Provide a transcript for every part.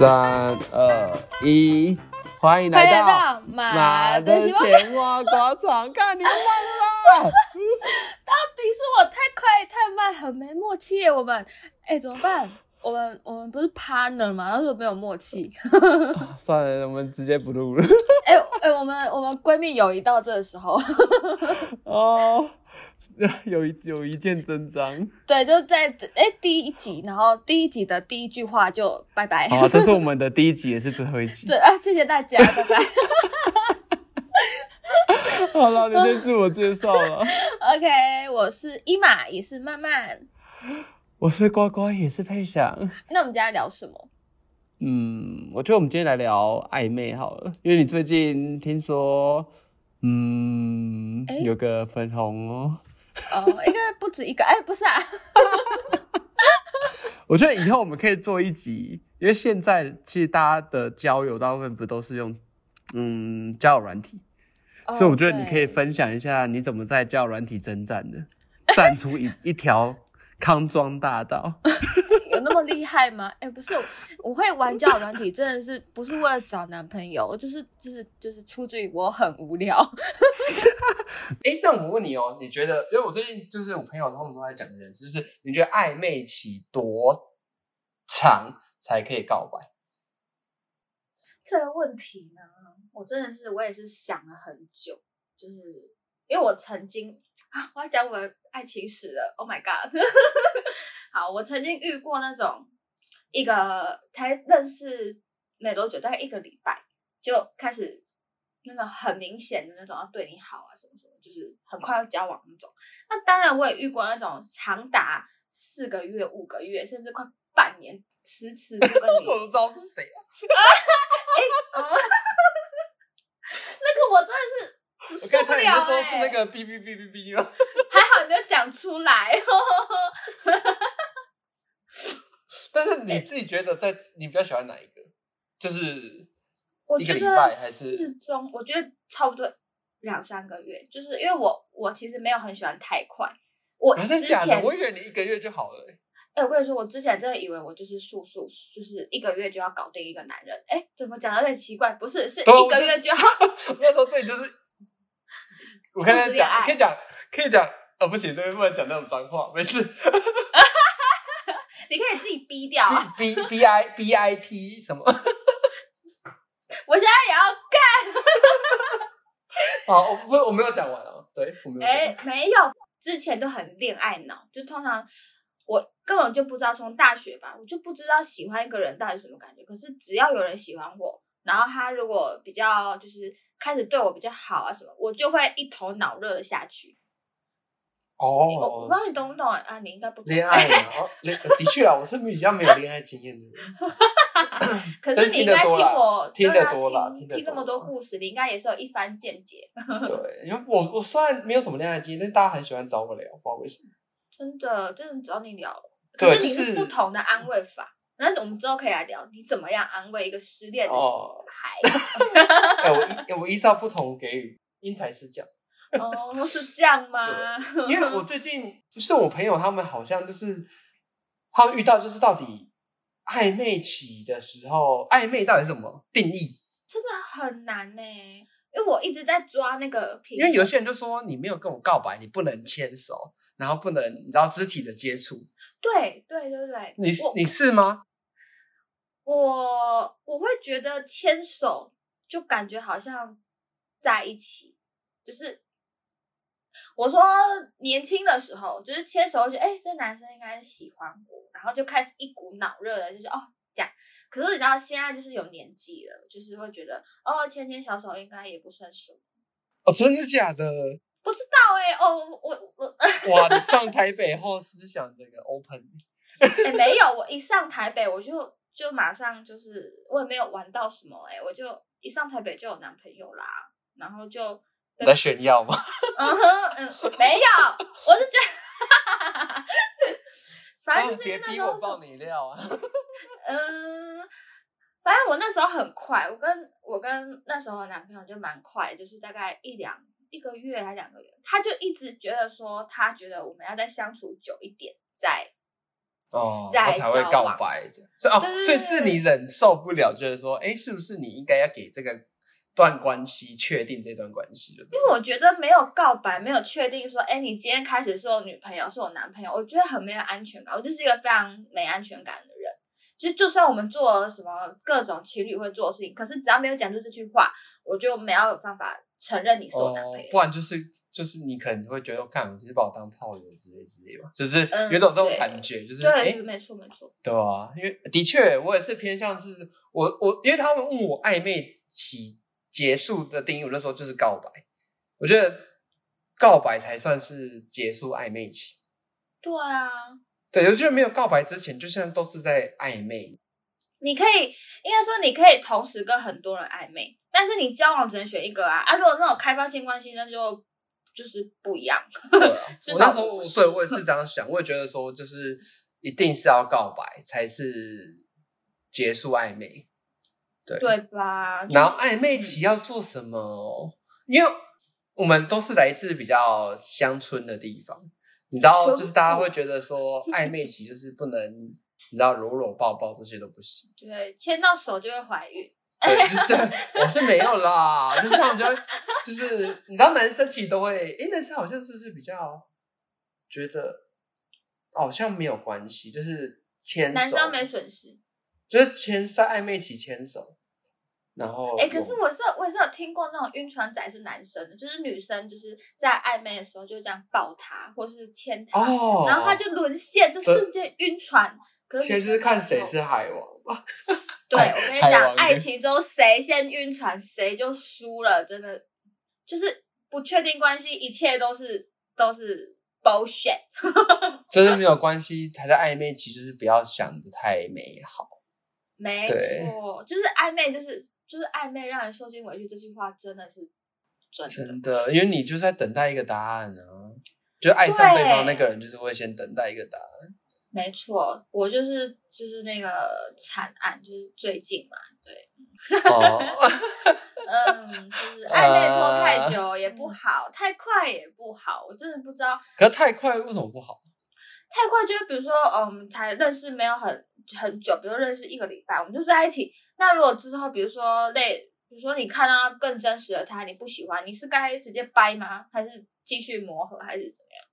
3、2、1，欢迎来到马的闲话广场。看你们慢了， 到底是我太快太慢，很没默契耶。我们怎么办？我们不是 partner 吗？然后说没有默契。 算了，我们直接不录了。 我们闺蜜友谊到这个时候。 哦。有一见真章。 对，就在第一集，然后第一集的第一句话就拜拜。 好，这是我们的第一集，也是最后一集。 对谢谢大家，拜拜。 好了，你先自我介绍了。 OK， 我是伊玛，也是曼曼。 我是呱呱，也是佩祥。 那我们今天聊什么？ 我觉得我们今天来聊暧昧好了，因为你最近听说，有个粉红哦。 应该不止一个，不是啊。 我觉得以后我们可以做一集，因为现在其实大家的交友大部分不都是用交友软体，所以我觉得你可以分享一下你怎么在交友软体征战的，站出一条康庄大道。 有那么厉害吗？不是，我会玩交友软体，真的是不是为了找男朋友，就是出自于我很无聊。 那我问你哦，你觉得，因为我最近就是我朋友他们都在讲这件事，就是你觉得暧昧期多长才可以告白？ 这个问题呢，我也是想了很久，就是因为我曾经我要讲我的爱情史了 ，Oh my god！ 好，我曾经遇过那种一个才认识没多久，大概1个礼拜就开始那个很明显的那种要对你好啊什么什么，就是很快要交往那种。那当然我也遇过那种长达4个月、5个月，甚至快半年，迟迟不跟你。 我都知道是谁啊。 那个我真的是受不了。 我刚才你就说是那个哔哔哔哔哔吗？ 还好你没有讲出来。 但是你自己觉得你比较喜欢哪一个？就是1个礼拜还是适中？我觉得差不多2-3个月，就是因为我其实没有很喜欢太快。我之前真的假的？我以为你1个月就好了。 我跟你说，我之前真的以为我就是就是1个月就要搞定一个男人。怎么讲有点奇怪？不是，是1个月就要。 我那时候对，就是我刚才讲，可以讲，不行，对，不能讲那种脏话，没事。 你可以自己逼掉。 bit 什么？ 我现在也要干。 好，我没有讲完哦。对，我没有讲。 没有，之前都很恋爱脑，就通常我根本就不知道，从大学吧，我就不知道喜欢一个人到底是什么感觉。可是只要有人喜欢我，然后他如果比较就是开始对我比较好啊什么，我就会一头脑热的下去。我不知道你懂不懂啊？你应该不懂。 恋爱的确啊，我是比较没有恋爱经验的人。 可是你应该听得多了， 听那么多故事，你应该也是有一番见解。 对，因为我虽然没有什么恋爱经验，但大家很喜欢找我聊，不知道为什么。真的找你聊， 可是你是不同的安慰法。那我们之后可以来聊，你怎么样安慰一个失恋的小孩？ 我依照不同给予，因材施教。 是这样吗？ 因为我最近就是我朋友他们好像就是他们遇到就是到底暧昧期的时候，暧昧到底是怎么定义？ 真的很难呢，因为我一直在抓那个平衡。 因为有些人就说你没有跟我告白，你不能牵手，然后不能你知道肢体的接触。 对， 你是吗？ 我会觉得牵手就感觉好像在一起，就是我说年轻的时候，就是牵手就觉得这男生应该是喜欢我，然后就开始一股脑热的，就是这样。可是你知道现在就是有年纪了，就是会觉得牵小手应该也不算什么。 真的假的？ 不知道我哇，你上台北后思想这个 open。 没有，我一上台北我就马上就是我也没有玩到什么我就一上台北就有男朋友啦，然后就你在炫耀吗？ 没有，我是觉得反正就是那时候别逼我爆你料啊。 反正我那时候很快，我跟那时候的男朋友就蛮快，就是大概1个月还2个月，他就一直觉得说他觉得我们要再相处久一点再才会告白这样。所以是你忍受不了，就是说，是不是你应该要给这个段关系确定这段关系了？ 因为我觉得没有告白，没有确定说，你今天开始是我女朋友，是我男朋友，我觉得很没有安全感。我就是一个非常没安全感的人。就算我们做了什么各种情侣会做的事情，可是只要没有讲出这句话，我就没有办法承认你是我男朋友。 不然就是你可能会觉得，看我就是把我当炮友之类吧，就是有种这种感觉，就是对，没错。 对啊，因为的确我也是偏向是我，因为他们问我暧昧期结束的定义，我那时候就是告白，我觉得告白才算是结束暧昧期。 对啊， 对，我觉得没有告白之前，就像都是在暧昧。 应该说你可以同时跟很多人暧昧，但是你交往只能选一个啊！如果那种开放性关系，那就是不一样。 对啊，我那时候我也是这样想，我也觉得说，就是一定是要告白才是结束暧昧， 对吧？ 然后暧昧期要做什么？因为我们都是来自比较乡村的地方，你知道，就是大家会觉得说暧昧期就是不能，你知道搂搂抱抱这些都不行， 对，牵到手就会怀孕。 对，就是我是没有啦，就是他们就会，就是你知道，男生其实都会，男生好像是比较觉得好像没有关系，就是牵手， 男生没损失， 就是在暧昧期牵手，然后可是我也是有听过那种晕船仔是男生的，就是女生就是在暧昧的时候就这样抱他或是牵他，然后他就沦陷，就瞬间晕船。 其实就是看谁是海王吧。 对，我跟你讲，爱情中谁先晕船谁就输了，真的就是不确定关系，一切都是 bullshit。 真的没有关系，还在暧昧期，就是不要想得太美好。 没错，就是暧昧，就是暧昧让人受尽委屈，这句话真的是真的，因为你就是在等待一个答案啊，就爱上对方那个人就是会先等待一个答案。 没错，我就是那个惨案，就是最近嘛，对，就是暧昧拖太久也不好，太快也不好，我真的不知道。 可是太快为什么不好？ 太快就是比如说，我们才认识没有很久，比如说认识1个礼拜，我们就在一起。那如果之后，比如说你看到更真实的他，你不喜欢，你是该直接掰吗？还是继续磨合，还是怎么样？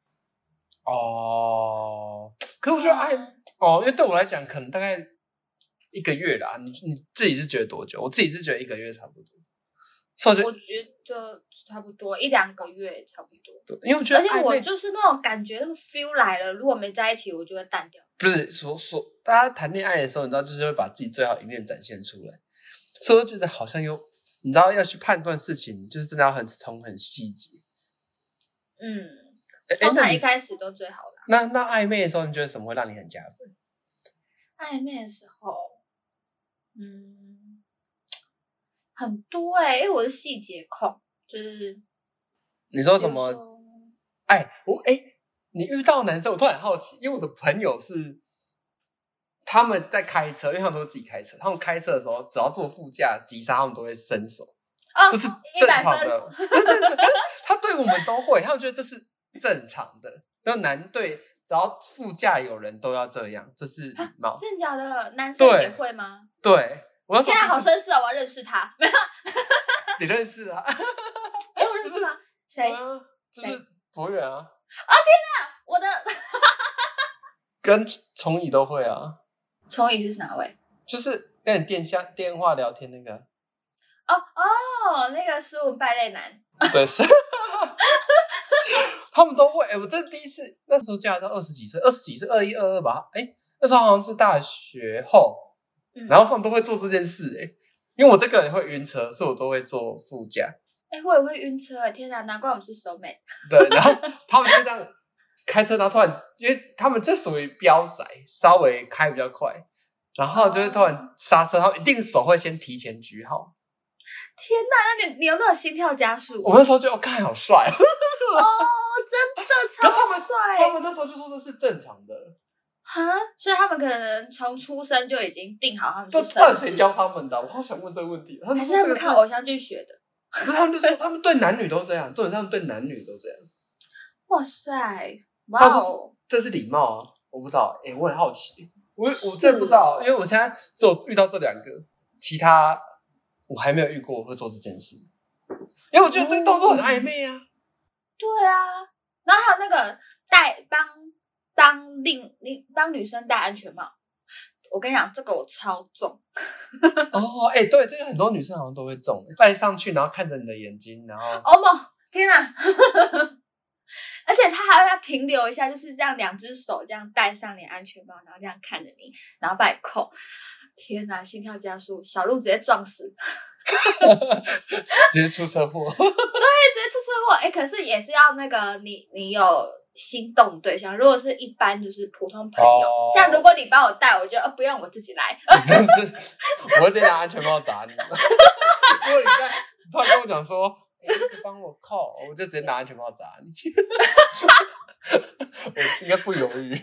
可是我觉得因为对我来讲，可能大概1个月啦。你自己是觉得多久？我自己是觉得1个月差不多。 我觉得差不多1-2个月差不多。 对，因为我觉得， 而且我就是那种感觉，那个 feel 来了，如果没在一起，我就会淡掉。 不是大家谈恋爱的时候，你知道，就是会把自己最好一面展现出来，所以我觉得好像你知道要去判断事情，就是真的要很细节。 通常一开始都最好的。 那暧昧的时候，你觉得什么会让你很加分？ 暧昧的时候，很多因为我是细节控，就是你说什么？你遇到男生，我突然好奇，因为我的朋友是他们在开车，因为他们都是自己开车，他们开车的时候只要坐副驾急刹，他们都会伸手，这是正常的。对，他对我们都会，他们觉得这是正常的。然后只要副驾有人都要这样，这是礼貌。 真的假的？男生也会吗？ 对，我现在好绅士哦，我要认识他。没有， 你认识啊？ 我认识吗？谁？ 就是博远啊。 天哪，我的跟崇乙都会啊。 崇乙是哪位？ 就是跟你电话聊天那个。 那个斯文败类男。 对，是。他们都会。我真的第一次，那时候驾照20几岁21、22吧。那时候好像是大学后，然后他们都会做这件事。因为我这个人会晕车，所以我都会坐副驾。 我也会晕车。天哪，难怪我们是soulmate。 对，然后他们就这样开车，然后突然，因为他们这属于飙仔，稍微开比较快，然后就会突然刹车，他们一定手会先提前举好。 天哪，那你有没有心跳加速？ 我那时候就看好帅。 真的超帅。 他们那时候就说这是正常的。 所以他们可能从出生就已经定好他们是绅士。 谁教他们的？我好想问这个问题。 还是他们看偶像剧学的？ 不是，他们就说他们对男女都这样，重点他们对男女都这样。 哇塞，哇哦， 这是礼貌啊。 我不知道，我很好奇，我真的不知道，因为我现在只有遇到这2个，其他我还没有遇过会做这件事，因为我觉得这个动作很暧昧啊。 对啊，然后还有那个帮女生戴安全帽，我跟你讲，这个我超重。 哦，对，这个很多女生好像都会中，戴上去然后看着你的眼睛，然后天啊！而且他还要停留一下，就是这样2只手这样戴上你安全帽，然后这样看着你，然后把你扣。天哪，心跳加速，小鹿直接撞死。 直接出车祸。 对，直接出车祸。可是也是要那个你有心动对象，如果是一般就是普通朋友，像如果你帮我戴，我就不用，我自己来。 我会直接拿安全帽砸你。如果你突然跟我讲说，你帮我扣，我就直接拿安全帽砸你。我应该不犹豫。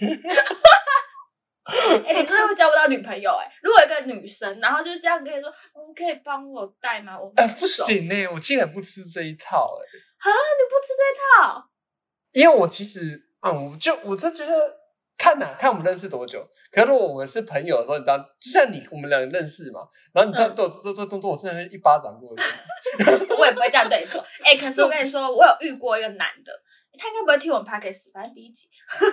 你真的会交不到女朋友如果有一个女生，然后就这样跟你说，可以帮我戴吗？我不行我竟然不吃这一套你不吃这一套？ 因为我其实我真觉得看我们认识多久。可是如果我们是朋友的时候，你知道，就像我们2个认识嘛，然后你对我做这动作，我真的会一巴掌过去。 我也不会这样对你做。可是我跟你说，我有遇过一个男的，他应该不会听我们 podcast， 反正第1集，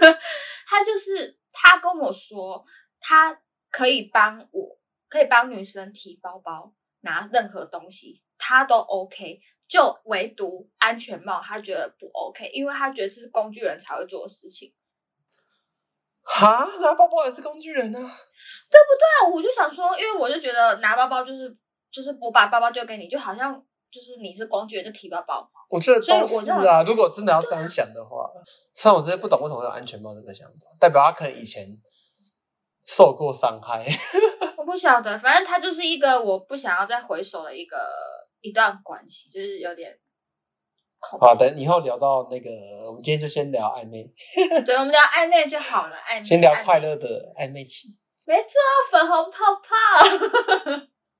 他跟我说，他可以帮女生提包包，拿任何东西，他都 OK， 就唯独安全帽，他觉得不 OK， 因为他觉得这是工具人才会做的事情。 哈，拿包包也是工具人啊，对不对？我就想说，因为我就觉得拿包包就是我把包包丢给你，就好像就是你是工具人就提包包。 我觉得都是啊，如果真的要这样想的话，虽然我真的不懂为什么会有安全帽这个想法，代表他可能以前受过伤害。 我不晓得，反正他就是一个我不想要再回首的一段关系，就是有点恐怖。 好，等以后聊到那个，我们今天就先聊暧昧。 对，我们聊暧昧就好了，暧昧。 先聊快乐的暧昧期。 没错，粉红泡泡。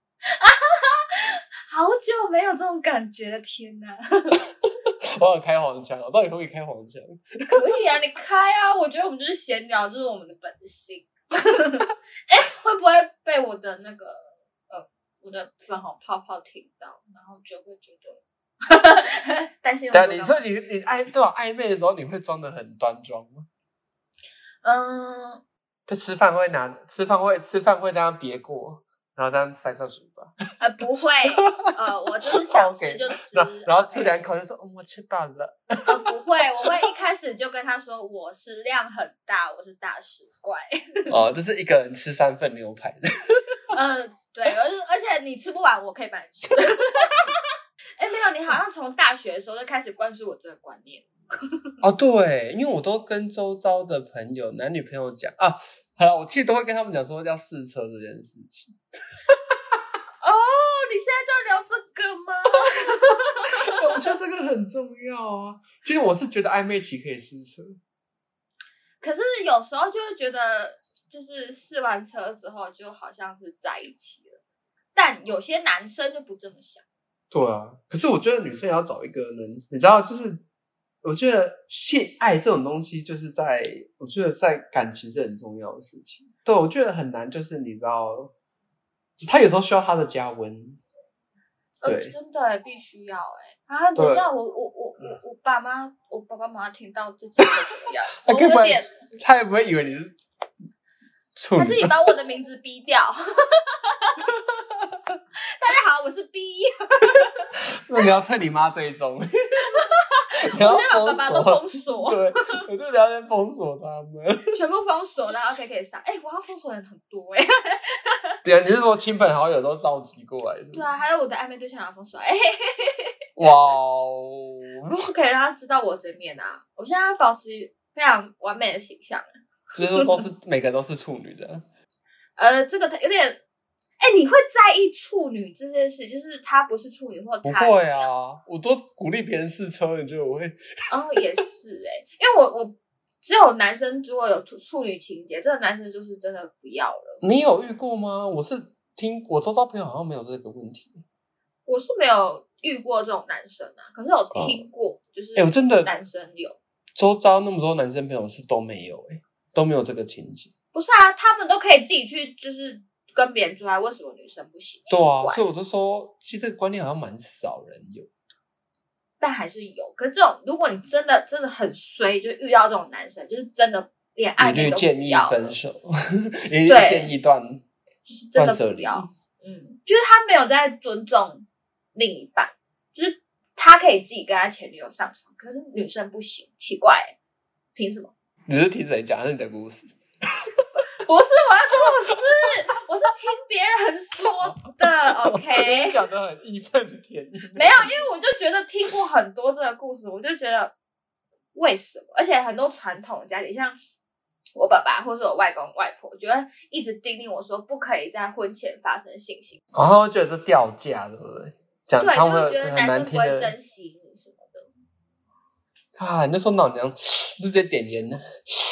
好久没有这种感觉了，天哪！ 我想开黄腔，我到底可不可以开黄腔？ 可以啊，你开啊！我觉得我们就是闲聊，就是我们的本性。会不会被我的那个我的粉红泡泡听到，然后就会觉得担心？ 对，你说你这种暧昧的时候，你会装得很端庄吗？就吃饭会这样别过，然后这样塞到嘴巴。 不会，我就是想吃就吃， 然后吃2口就说，我吃饱了。 不会，我会一开始就跟他说，我食量很大，我是大食怪。 就是一个人吃3份牛排的。 对，而且你吃不完，我可以帮你吃。没有，你好像从大学的时候就开始灌输我这个观念。 对，因为我都跟周遭的朋友、男女朋友讲啊，好了，我其实都会跟他们讲说要试车这件事情。 你现在就要聊这个吗？ 我觉得这个很重要啊。其实我是觉得暧昧期可以试车， 可是有时候就会觉得，就是试完车之后就好像是在一起了，但有些男生就不这么想。 对啊，可是我觉得女生也要找一个你知道，就是我觉得性爱这种东西，就是我觉得在感情是很重要的事情。对，我觉得很难，就是你知道，他有时候需要他的加温。对， 真的必须要等一下，我爸爸妈妈听到这集会怎么样？我有点， 他也不会以为你是处女， 还是你把我的名字逼掉？大家好，我是 B。 那你要退你妈追踪。 我就把爸爸都封锁。 对，我就聊天封锁他们， 全部封锁，然后 OK 可以上。我要封锁的人很多对啊，你是说亲朋好友都召集过来的？ 对啊，还有我的暧昧对象要封锁。 哇哦！ 不可以让他知道我这面啊！我现在要保持非常完美的形象。 就是都是每个都是处女的。 这个有点。你会在意处女这件事？就是他不是处女或他不会啊，我都鼓励别人试车，你觉得我会？ 也是因为我只有男生如果有处女情节，这个男生就是真的不要了。 你有遇过吗？我周遭朋友好像没有这个问题。 我是没有遇过这种男生啊，可是有听过，就是我真的男生有。 周遭那么多男生朋友是都没有都没有这个情景。 不是啊，他们都可以自己去就是跟别人做爱，为什么女生不行？ 对啊，所以我就说，其实这个观念好像蛮少人有， 但还是有。可是这种，如果你真的很衰，就遇到这种男生，就是真的连暧昧都不要了， 你就建议分手，你对， 建议断， 就是真的不要。就是他没有在尊重另一半，就是他可以自己跟他前女友上床，可是女生不行，奇怪欸，凭什么？ 你是听谁讲？还是你的故事？ 不是我的故事，我是听别人说的。OK， 讲得很义愤填膺。 没有，因为我就觉得听过很多这个故事，我就觉得为什么？而且很多传统家里，像我爸爸或是我外公外婆，觉得一直叮咛我说，不可以在婚前发生性行为。 然后觉得是掉价，对不对？讲对， 他们就是觉得男生不会珍惜你什么的。 啊，那时候老娘就直接点烟了。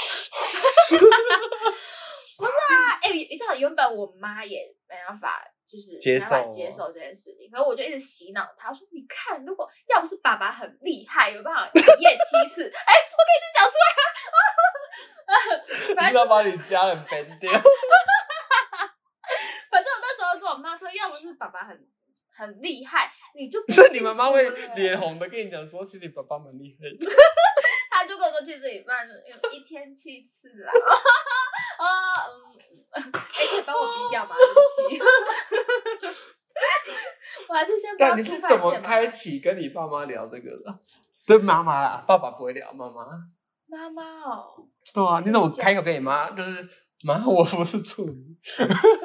不是啊，你知道原本我妈也没办法，就是没办法接受这件事情，可是我就一直洗脑她，说你看，如果要不是爸爸很厉害，有办法一夜7次，我可以自己讲出来啊。 反正要把你家人 ban 掉。 反正我那时候跟我妈说，要不是爸爸很厉害，你就不所以你妈妈会脸红的跟你讲说，其实你爸爸蛮厉害的。 他就跟我说，其实一半1天7次啦。可以帮我逼掉吗？对不起。我还是先不要。 但你是怎么开启跟你爸妈聊这个的？对妈妈啦，爸爸不会聊，妈妈。 妈妈哦。 对啊，你怎么开口跟你妈？就是妈，我不是处女。 不是，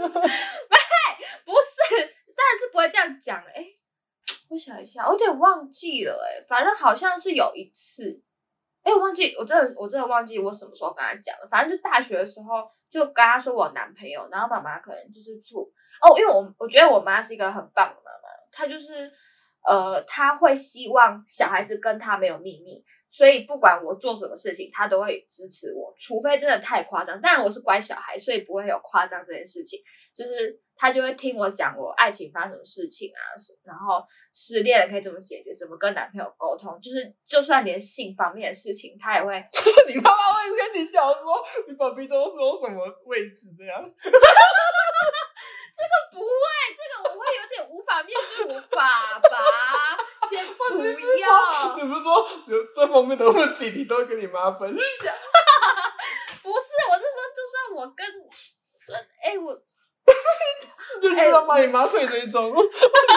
当然是不会这样讲。我想一下，我有点忘记了。反正好像是有一次。我忘记，我真的忘记我什么时候跟他讲了。反正就大学的时候，就跟他说我有男朋友，然后妈妈可能就是因为我觉得我妈是一个很棒的妈妈，她就是她会希望小孩子跟她没有秘密，所以不管我做什么事情，她都会支持我，除非真的太夸张。当然我是乖小孩，所以不会有夸张这件事情，就是她就会听我讲我爱情发生什么事情啊，然后失恋了可以怎么解决，怎么跟男朋友沟通，就算连性方面的事情，她也会。 你妈妈会跟你讲说，你爸比都是用什么位置这样？ 这个不会，这个我会有点无法面对我爸爸。先不要。 你不是说有这方面的问题，你都会跟你妈分享？ 不是，我是说，就算我跟我就知道把你妈退追踪。 我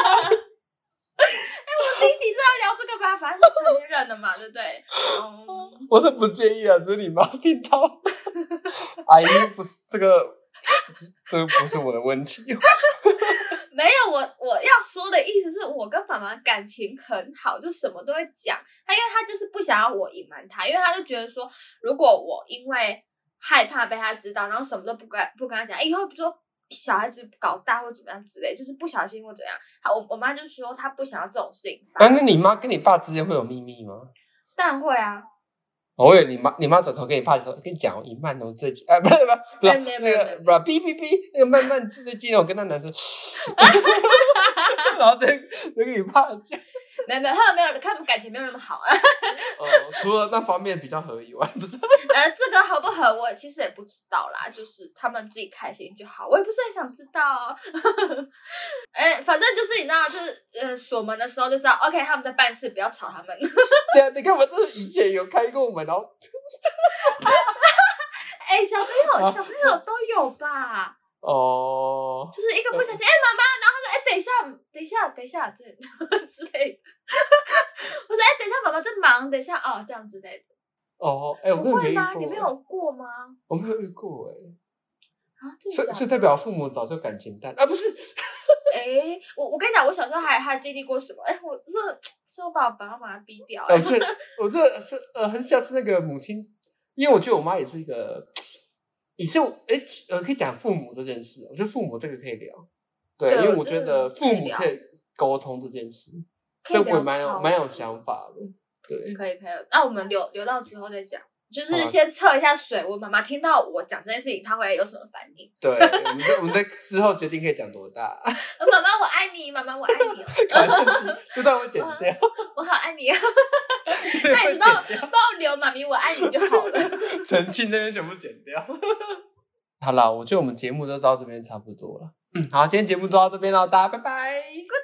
第一集是要聊这个吧，反正是成年人了嘛，对不对？ 我是不介意啊，只是你妈听到，阿姨不是这个不是我的问题。 没有，我要说的意思是我跟爸妈感情很好，就什么都会讲。因为他就是不想要我隐瞒他，因为他就觉得说，如果我因为害怕被他知道，然后什么都不跟他讲，以后比如说小孩子搞大或怎么样之类，就是不小心或怎样。我妈就说她不想要这种事情发生。 那你妈跟你爸之间会有秘密吗？ 当然会啊。 我以为你妈转头跟你爸说，跟你讲一曼哦，最近不是没有那个哔那个曼曼最近我跟那男生，然后再跟你爸讲。 没有，他们感情没有那么好啊。 除了那方面比较合以外，不是。 这个合不合我其实也不知道啦，就是他们自己开心就好，我也不是很想知道。反正就是你知道，就是锁门的时候就知道 ，OK， 他们在办事，不要吵他们。 对啊，你看我这以前有开过门，然后。 小朋友都有吧？就是一个不小心，妈妈，然后他说，等一下，这之类的。我说，等一下，妈妈在忙，等一下这样之类的。 我不会吗？你没有过吗？ 我没有遇过是代表父母早就感情淡啊？不是。 我跟你讲，我小时候还经历过什么？我是我把我爸妈逼掉。 我这是很像是那个母亲，因为我觉得我妈也是一个，也是可以讲父母这件事。我觉得父母这个可以聊，对，因为我觉得父母可以沟通这件事，这我也蛮有想法的。对， 可以。那我们留到之后再讲。 就是先测一下水温。妈妈听到我讲这件事情，她会有什么反应？ 对，我们在之后决定可以讲多大。 妈妈我爱你，妈妈我爱你哦。这段会剪掉。 我好爱你啊！那你帮我留妈咪我爱你就好了。 澄清那边全部剪掉。好了，我觉得我们节目都到这边差不多了。好，今天节目就到这边了，大家拜拜。